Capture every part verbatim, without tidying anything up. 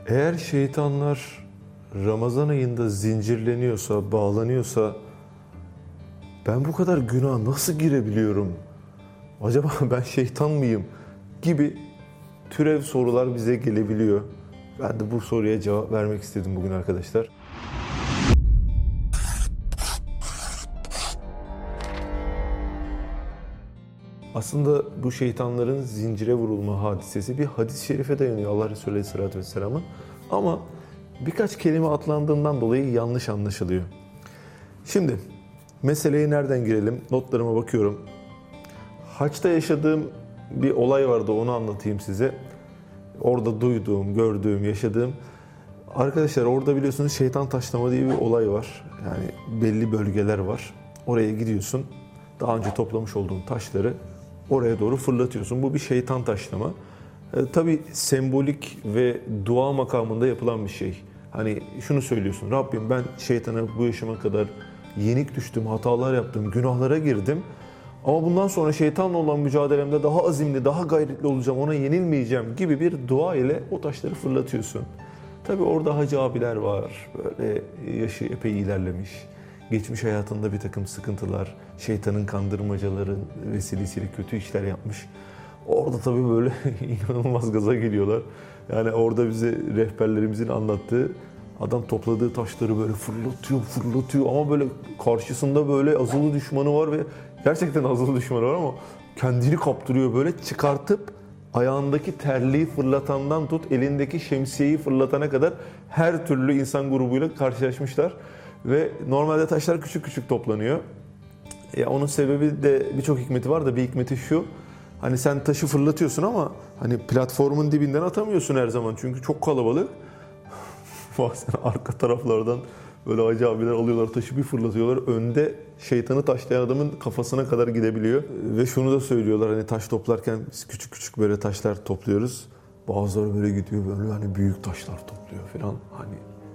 Eğer şeytanlar Ramazan ayında zincirleniyorsa, bağlanıyorsa ben bu kadar günaha nasıl girebiliyorum? Acaba ben şeytan mıyım? Gibi türev sorular bize gelebiliyor. Ben de bu soruya cevap vermek istedim bugün arkadaşlar. Aslında bu şeytanların zincire vurulma hadisesi bir hadis-i şerife dayanıyor Allah Resulü Aleyhisselatü Vesselam'ın. Ama birkaç kelime atlandığından dolayı yanlış anlaşılıyor. Şimdi meseleye nereden girelim? Notlarıma bakıyorum. Haçta yaşadığım bir olay vardı, onu anlatayım size. Orada duyduğum, gördüğüm, yaşadığım. Arkadaşlar orada biliyorsunuz şeytan taşlama diye bir olay var. Yani belli bölgeler var. Oraya gidiyorsun. Daha önce toplamış olduğun taşları oraya doğru fırlatıyorsun. Bu bir şeytan taşlama. E, tabii sembolik ve dua makamında yapılan bir şey. Hani şunu söylüyorsun. Rabbim ben şeytana bu yaşıma kadar yenik düştüm, hatalar yaptım, günahlara girdim. Ama bundan sonra şeytanla olan mücadelemde daha azimli, daha gayretli olacağım, ona yenilmeyeceğim gibi bir dua ile o taşları fırlatıyorsun. Tabii orada hacı abiler var. Böyle yaşı epey ilerlemiş. Geçmiş hayatında bir takım sıkıntılar, şeytanın kandırmacaların vesilesiyle kötü işler yapmış. Orada tabii böyle inanılmaz gaza geliyorlar. Yani orada bize rehberlerimizin anlattığı adam topladığı taşları böyle fırlatıyor, fırlatıyor ama böyle karşısında böyle azılı düşmanı var ve gerçekten azılı düşmanı var ama kendini kaptırıyor böyle çıkartıp ayağındaki terliği fırlatandan tut elindeki şemsiyeyi fırlatana kadar her türlü insan grubuyla karşılaşmışlar. Ve normalde taşlar küçük küçük toplanıyor. Ya onun sebebi de birçok hikmeti var da bir hikmeti şu. Hani sen taşı fırlatıyorsun ama hani platformun dibinden atamıyorsun her zaman. Çünkü çok kalabalık. Bazen arka taraflardan böyle hacı abiler alıyorlar taşı bir fırlatıyorlar. Önde şeytanı taşlayan adamın kafasına kadar gidebiliyor. Ve şunu da söylüyorlar hani taş toplarken biz küçük küçük böyle taşlar topluyoruz. Bazıları böyle gidiyor böyle hani büyük taşlar topluyor falan. Hani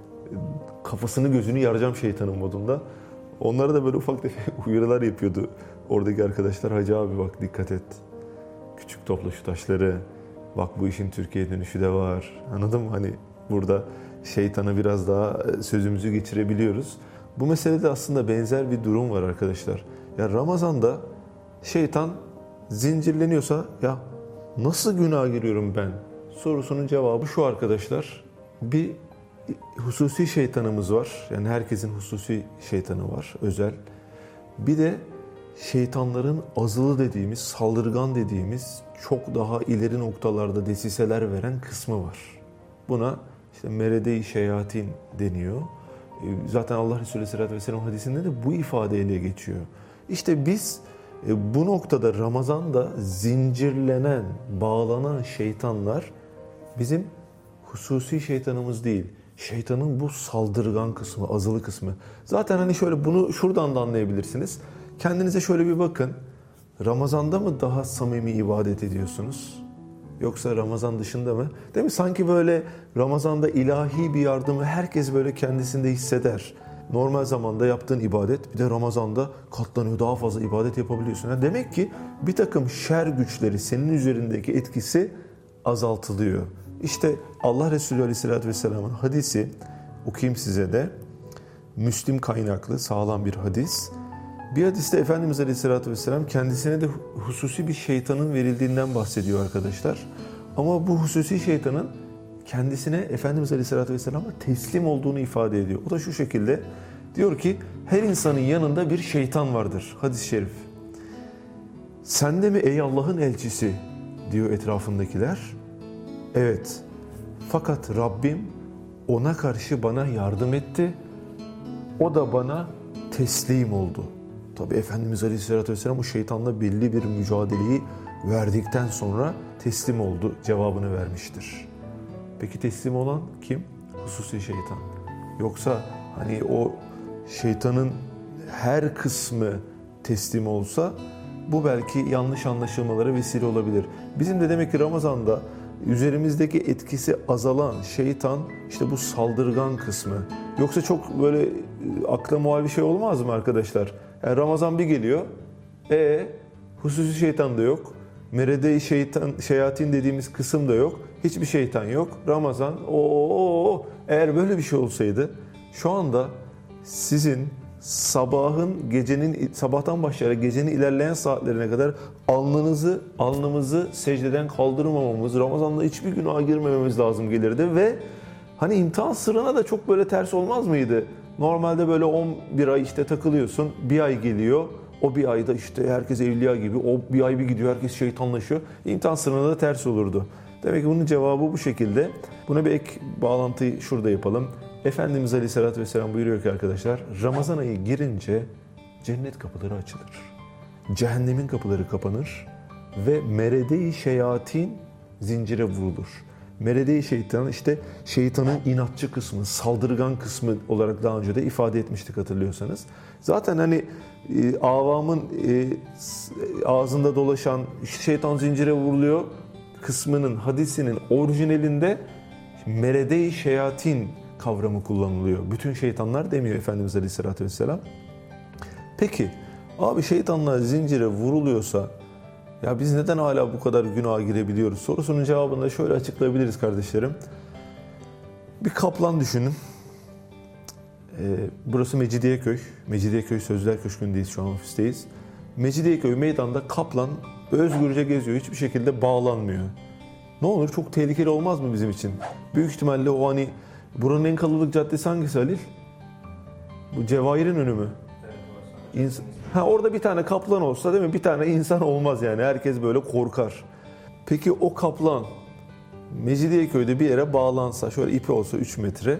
kafasını gözünü yaracağım şeytanın modunda. Onlara da böyle ufak tefek uyarılar yapıyordu. Oradaki arkadaşlar hacı abi bak dikkat et. Küçük topla şu taşları. Bak bu işin Türkiye dönüşü de var. Anladın mı? Hani burada şeytana biraz daha sözümüzü geçirebiliyoruz. Bu meselede aslında benzer bir durum var arkadaşlar. Ya Ramazan'da şeytan zincirleniyorsa ya nasıl günaha giriyorum ben? Sorusunun cevabı şu arkadaşlar. Bir hususi şeytanımız var. Yani herkesin hususi şeytanı var, özel. Bir de şeytanların azılı dediğimiz, saldırgan dediğimiz çok daha ileri noktalarda desiseler veren kısmı var. Buna işte merede-i şeyatin deniyor. Zaten Allah Resulü Aleyhisselatü Vesselam hadisinde de bu ifadeyle geçiyor. İşte biz bu noktada Ramazan'da zincirlenen, bağlanan şeytanlar bizim hususi şeytanımız değil. Şeytanın bu saldırgan kısmı, azılı kısmı. Zaten hani şöyle bunu şuradan da anlayabilirsiniz. Kendinize şöyle bir bakın. Ramazan'da mı daha samimi ibadet ediyorsunuz? Yoksa Ramazan dışında mı? Değil mi? Sanki böyle Ramazan'da ilahi bir yardımı herkes böyle kendisinde hisseder. Normal zamanda yaptığın ibadet bir de Ramazan'da katlanıyor. Daha fazla ibadet yapabiliyorsun. Yani demek ki bir takım şer güçleri senin üzerindeki etkisi azaltılıyor. İşte Allah Resulü Aleyhisselatü Vesselam'ın hadisi okuyayım size de. Müslim kaynaklı sağlam bir hadis. Bir hadiste Efendimiz Aleyhisselatü Vesselam kendisine de hususi bir şeytanın verildiğinden bahsediyor arkadaşlar. Ama bu hususi şeytanın kendisine Efendimiz Aleyhisselatü Vesselam'a teslim olduğunu ifade ediyor. O da şu şekilde diyor ki her insanın yanında bir şeytan vardır. Hadis-i şerif. Sen de mi ey Allah'ın elçisi diyor etrafındakiler. Evet, fakat Rabbim ona karşı bana yardım etti, o da bana teslim oldu. Tabi Efendimiz Aleyhisselatü Vesselam o şeytanla belli bir mücadeleyi verdikten sonra teslim oldu cevabını vermiştir. Peki teslim olan kim? Hususi şeytan. Yoksa hani o şeytanın her kısmı teslim olsa bu belki yanlış anlaşılmalara vesile olabilir. Bizim de demek ki Ramazan'da üzerimizdeki etkisi azalan şeytan işte bu saldırgan kısmı. Yoksa çok böyle akla muhal bir şey olmaz mı arkadaşlar? Yani Ramazan bir geliyor, e hususi şeytan da yok, merede şeytan, şeyatin dediğimiz kısım da yok. hiçbir şeytan yok. Ramazan, o eğer böyle bir şey olsaydı şu anda sizin sabahın, gecenin, sabahtan başlayarak gecenin ilerleyen saatlerine kadar alnınızı, alnımızı secdeden kaldırmamamız, Ramazan'da hiçbir günaha girmememiz lazım gelirdi ve hani imtihan sırrına da çok böyle ters olmaz mıydı? Normalde böyle on bir ay işte takılıyorsun, bir ay geliyor. O bir ayda işte herkes evliya gibi, o bir ay bir gidiyor, herkes şeytanlaşıyor. İmtihan sırrına da ters olurdu. Demek ki bunun cevabı bu şekilde. Buna bir ek bağlantıyı şurada yapalım. Efendimiz Aleyhisselatü Vesselam buyuruyor ki arkadaşlar, Ramazan ayı girince cennet kapıları açılır. Cehennemin kapıları kapanır ve merede-i şeyatin zincire vurulur. Merede-i şeytan işte şeytanın inatçı kısmı, saldırgan kısmı olarak daha önce de ifade etmiştik hatırlıyorsanız. Zaten hani e, avamın e, ağzında dolaşan işte şeytan zincire vuruluyor kısmının hadisinin orijinalinde merede-i şeyatin kavramı kullanılıyor. Bütün şeytanlar demiyor Efendimiz Aleyhisselatü Vesselam. Peki abi şeytanlar zincire vuruluyorsa ya biz neden hala bu kadar günaha girebiliyoruz? Sorusunun cevabını da şöyle açıklayabiliriz kardeşlerim. Bir kaplan düşünün. Ee, burası Mecidiyeköy. Mecidiyeköy Sözler Köşkü'ndeyiz, şu an ofisteyiz. Mecidiyeköy meydanda kaplan özgürce geziyor. Hiçbir şekilde bağlanmıyor. Ne olur, çok tehlikeli olmaz mı bizim için? Büyük ihtimalle o hani buranın en kalabalık caddesi hangisi Halil? Bu Cevahir'in önü mü? Evet, İns- ha, orada bir tane kaplan olsa değil mi? Bir tane insan olmaz yani. Herkes böyle korkar. Peki o kaplan Mecidiyeköy'de bir yere bağlansa, şöyle ipi olsa üç metre.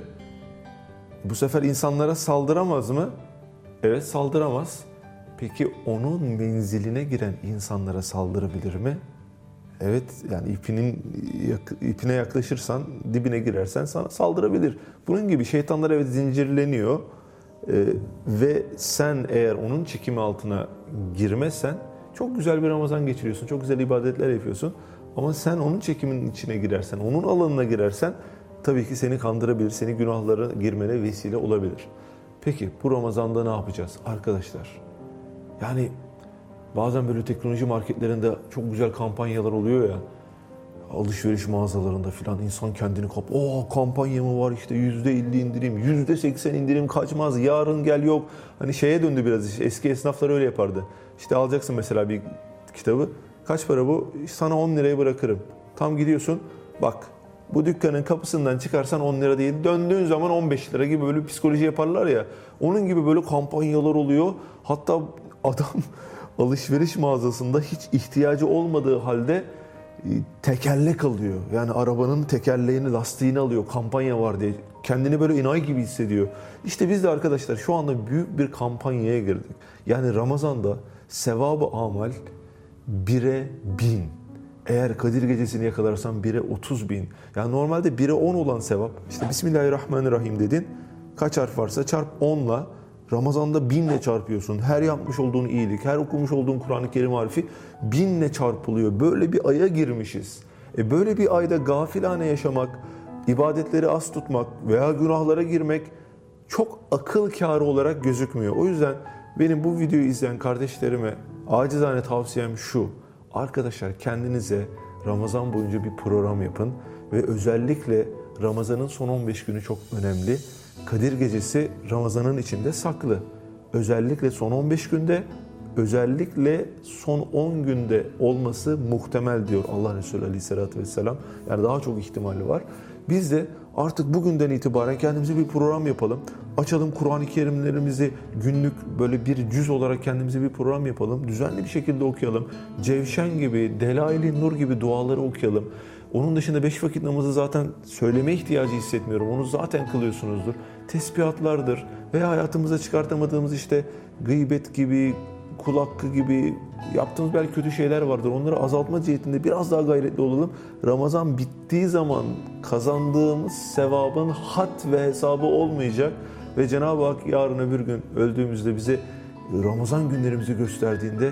Bu sefer insanlara saldıramaz mı? Evet, saldıramaz. Peki onun menziline giren insanlara saldırabilir mi? Evet, yani ipinin ipine yaklaşırsan, dibine girersen sana saldırabilir. Bunun gibi şeytanlar evet zincirleniyor ee, ve sen eğer onun çekimi altına girmezsen çok güzel bir Ramazan geçiriyorsun, çok güzel ibadetler yapıyorsun. Ama sen onun çekiminin içine girersen, onun alanına girersen tabii ki seni kandırabilir, seni günahlara girmene vesile olabilir. Peki bu Ramazan'da ne yapacağız arkadaşlar? Yani bazen böyle teknoloji marketlerinde çok güzel kampanyalar oluyor ya. Alışveriş mağazalarında filan insan kendini kap. Oo, kampanya mı var işte yüzde elli indirim, yüzde seksen indirim kaçmaz, yarın gel yok. Hani şeye döndü biraz işte, eski esnaflar öyle yapardı. İşte alacaksın mesela bir kitabı. Kaç para bu? Sana on liraya bırakırım. Tam gidiyorsun. Bak bu dükkanın kapısından çıkarsan on lira değil. Döndüğün zaman on beş lira gibi böyle psikoloji yaparlar ya. Onun gibi böyle kampanyalar oluyor. Hatta adam alışveriş mağazasında hiç ihtiyacı olmadığı halde tekerlek alıyor. Yani arabanın tekerleğini, lastiğini alıyor. Kampanya var diye. Kendini böyle enayi gibi hissediyor. İşte biz de arkadaşlar şu anda büyük bir kampanyaya girdik. Yani Ramazan'da sevabı amal bire bin. Eğer Kadir Gecesi'ni yakalarsan bire otuz bin. Yani normalde bire on olan sevap. İşte Bismillahirrahmanirrahim dedin. Kaç harf varsa çarp onla. Ramazan'da binle çarpıyorsun. Her yapmış olduğun iyilik, her okumuş olduğun Kur'an-ı Kerim harfi binle çarpılıyor. Böyle bir aya girmişiz. E böyle bir ayda gafilane yaşamak, ibadetleri az tutmak veya günahlara girmek çok akıl kârı olarak gözükmüyor. O yüzden benim bu videoyu izleyen kardeşlerime acizane tavsiyem şu. Arkadaşlar kendinize Ramazan boyunca bir program yapın ve özellikle Ramazan'ın son on beş günü çok önemli. Kadir Gecesi Ramazan'ın içinde saklı. Özellikle son on beş günde, özellikle son on günde olması muhtemel diyor Allah Resulü Aleyhisselatü Vesselam. Yani daha çok ihtimali var. Biz de artık bugünden itibaren kendimize bir program yapalım. Açalım Kur'an-ı Kerimlerimizi günlük böyle bir cüz olarak kendimize bir program yapalım. Düzenli bir şekilde okuyalım. Cevşen gibi, Delail-i Nur gibi duaları okuyalım. Onun dışında beş vakit namazı zaten söyleme ihtiyacı hissetmiyorum. Onu zaten kılıyorsunuzdur. Tesbihatlardır veya hayatımıza çıkartamadığımız işte gıybet gibi, kul hakkı gibi yaptığımız belki kötü şeyler vardır. Onları azaltma cihetinde biraz daha gayretli olalım. Ramazan bittiği zaman kazandığımız sevabın had ve hesabı olmayacak. Ve Cenab-ı Hak yarın öbür gün öldüğümüzde bize Ramazan günlerimizi gösterdiğinde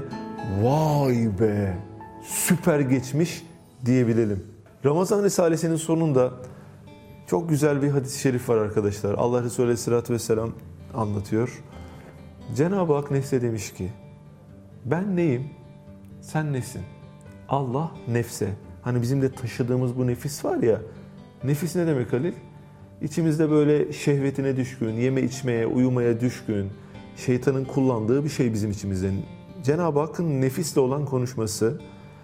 vay be süper geçmiş diyebilelim. Ramazan Risalesi'nin sonunda çok güzel bir hadis-i şerif var arkadaşlar. Allah Resulü Aleyhisselatü Vesselam anlatıyor. Cenab-ı Hak nefse demiş ki, ben neyim, sen nesin? Allah nefse, Hani bizim de taşıdığımız bu nefis var ya. Nefis ne demek Halil? İçimizde böyle şehvetine düşkün, yeme içmeye, uyumaya düşkün, şeytanın kullandığı bir şey bizim içimizde. Cenab-ı Hakk'ın nefisle olan konuşması.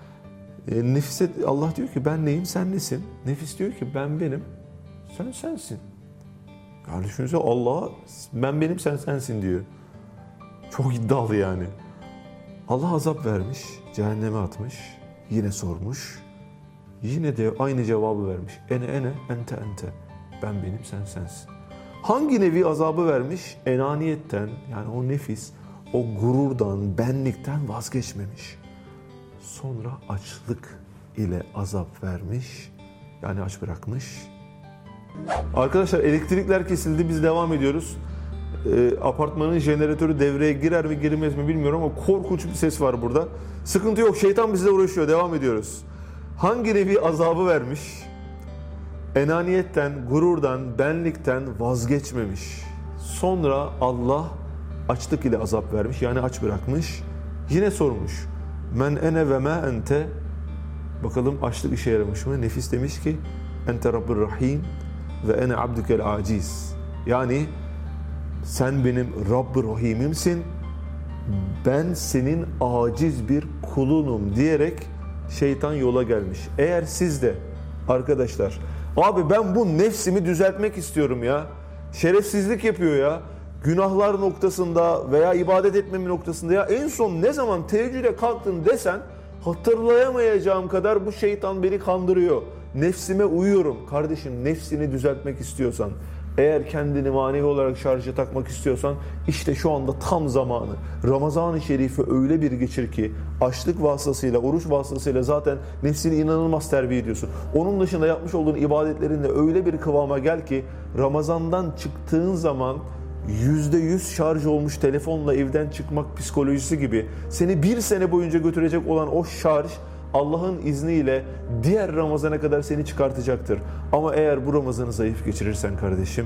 E, nefise Allah diyor ki ben neyim, sen nesin? Nefis diyor ki ben benim, sen sensin. Ya düşünsene Allah ben benim, sen sensin diyor. Çok iddialı yani. Allah azap vermiş, cehenneme atmış, yine sormuş. Yine de aynı cevabı vermiş. Ene ene, ente ente. Ben benim, sen sensin. Hangi nevi azabı vermiş? Enaniyetten, yani o nefis, o gururdan, benlikten vazgeçmemiş. Sonra açlık ile azap vermiş, yani aç bırakmış. Arkadaşlar elektrikler kesildi, biz devam ediyoruz. E, apartmanın jeneratörü devreye girer mi girmez mi bilmiyorum ama korkunç bir ses var burada. Sıkıntı yok, şeytan bizle uğraşıyor, devam ediyoruz. Hangi nevi azabı vermiş? Enaniyetten, gururdan, benlikten vazgeçmemiş. Sonra Allah açlık ile azap vermiş, yani aç bırakmış. Yine sormuş. Men ene ve ma ente. Bakalım açlık işe yaramış mı? Nefis demiş ki ente rabbir rahim ve ene abdukel aciz. Yani sen benim Rabb-ı Rahim'imsin, ben senin aciz bir kulunum diyerek şeytan yola gelmiş. Eğer siz de arkadaşlar, abi ben bu nefsimi düzeltmek istiyorum ya, şerefsizlik yapıyor ya, günahlar noktasında veya ibadet etmemi noktasında ya en son ne zaman teheccüde kalktın desen hatırlayamayacağım kadar bu şeytan beni kandırıyor. Nefsime uyuyorum. Kardeşim nefsini düzeltmek istiyorsan, eğer kendini manevi olarak şarja takmak istiyorsan işte şu anda tam zamanı. Ramazan-ı Şerif'i öyle bir geçir ki açlık vasıtasıyla, oruç vasıtasıyla zaten nefsini inanılmaz terbiye ediyorsun. Onun dışında yapmış olduğun ibadetlerinle öyle bir kıvama gel ki Ramazan'dan çıktığın zaman yüzde yüz şarj olmuş telefonla evden çıkmak psikolojisi gibi seni bir sene boyunca götürecek olan o şarj Allah'ın izniyle diğer Ramazan'a kadar seni çıkartacaktır. Ama eğer bu Ramazan'ı zayıf geçirirsen kardeşim,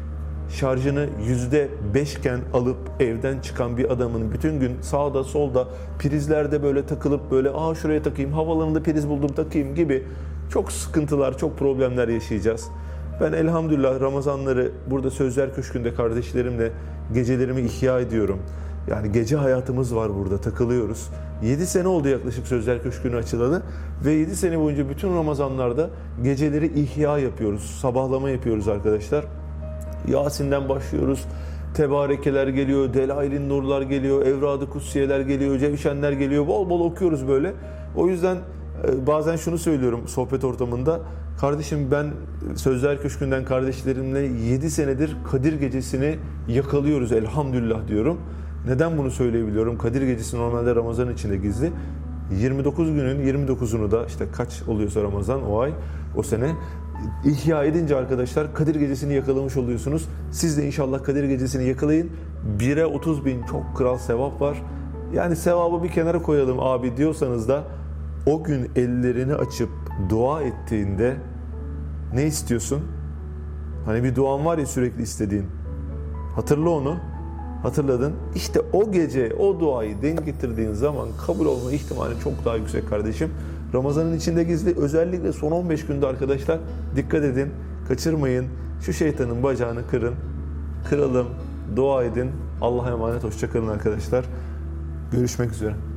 şarjını yüzde beşken alıp evden çıkan bir adamın bütün gün sağda solda prizlerde böyle takılıp böyle aa şuraya takayım, havalarında priz buldum takayım gibi çok sıkıntılar, çok problemler yaşayacağız. Ben elhamdülillah Ramazanları burada Sözler Köşkü'nde kardeşlerimle gecelerimi ihya ediyorum. Yani gece hayatımız var burada, takılıyoruz. yedi sene oldu yaklaşık Sözler Köşkü'nü açılalı ve yedi sene boyunca bütün Ramazanlarda geceleri ihya yapıyoruz, sabahlama yapıyoruz arkadaşlar. Yasin'den başlıyoruz, tebarekeler geliyor, delail-i nurlar geliyor, evrad-ı kutsiyeler geliyor, cevşenler geliyor, bol bol okuyoruz böyle. O yüzden bazen şunu söylüyorum sohbet ortamında, kardeşim ben Sözler Köşkü'nden kardeşlerimle yedi senedir Kadir Gecesi'ni yakalıyoruz elhamdülillah diyorum. Neden bunu söyleyebiliyorum? Kadir Gecesi normalde Ramazan içinde gizli. yirmi dokuz günün yirmi dokuzunu da işte kaç oluyorsa Ramazan o ay, o sene ihya edince arkadaşlar Kadir Gecesi'ni yakalamış oluyorsunuz. Siz de inşallah Kadir Gecesi'ni yakalayın. bire otuz bin çok kral sevap var. Yani sevabı bir kenara koyalım abi diyorsanız da o gün ellerini açıp dua ettiğinde ne istiyorsun? Hani bir duan var ya sürekli istediğin. Hatırla onu. Hatırladın. İşte o gece o duayı denk getirdiğin zaman kabul olma ihtimali çok daha yüksek kardeşim. Ramazanın içinde gizli. Özellikle son on beş günde arkadaşlar dikkat edin. Kaçırmayın. Şu şeytanın bacağını kırın. Kıralım. Dua edin. Allah'a emanet. Hoşça kalın arkadaşlar. Görüşmek üzere.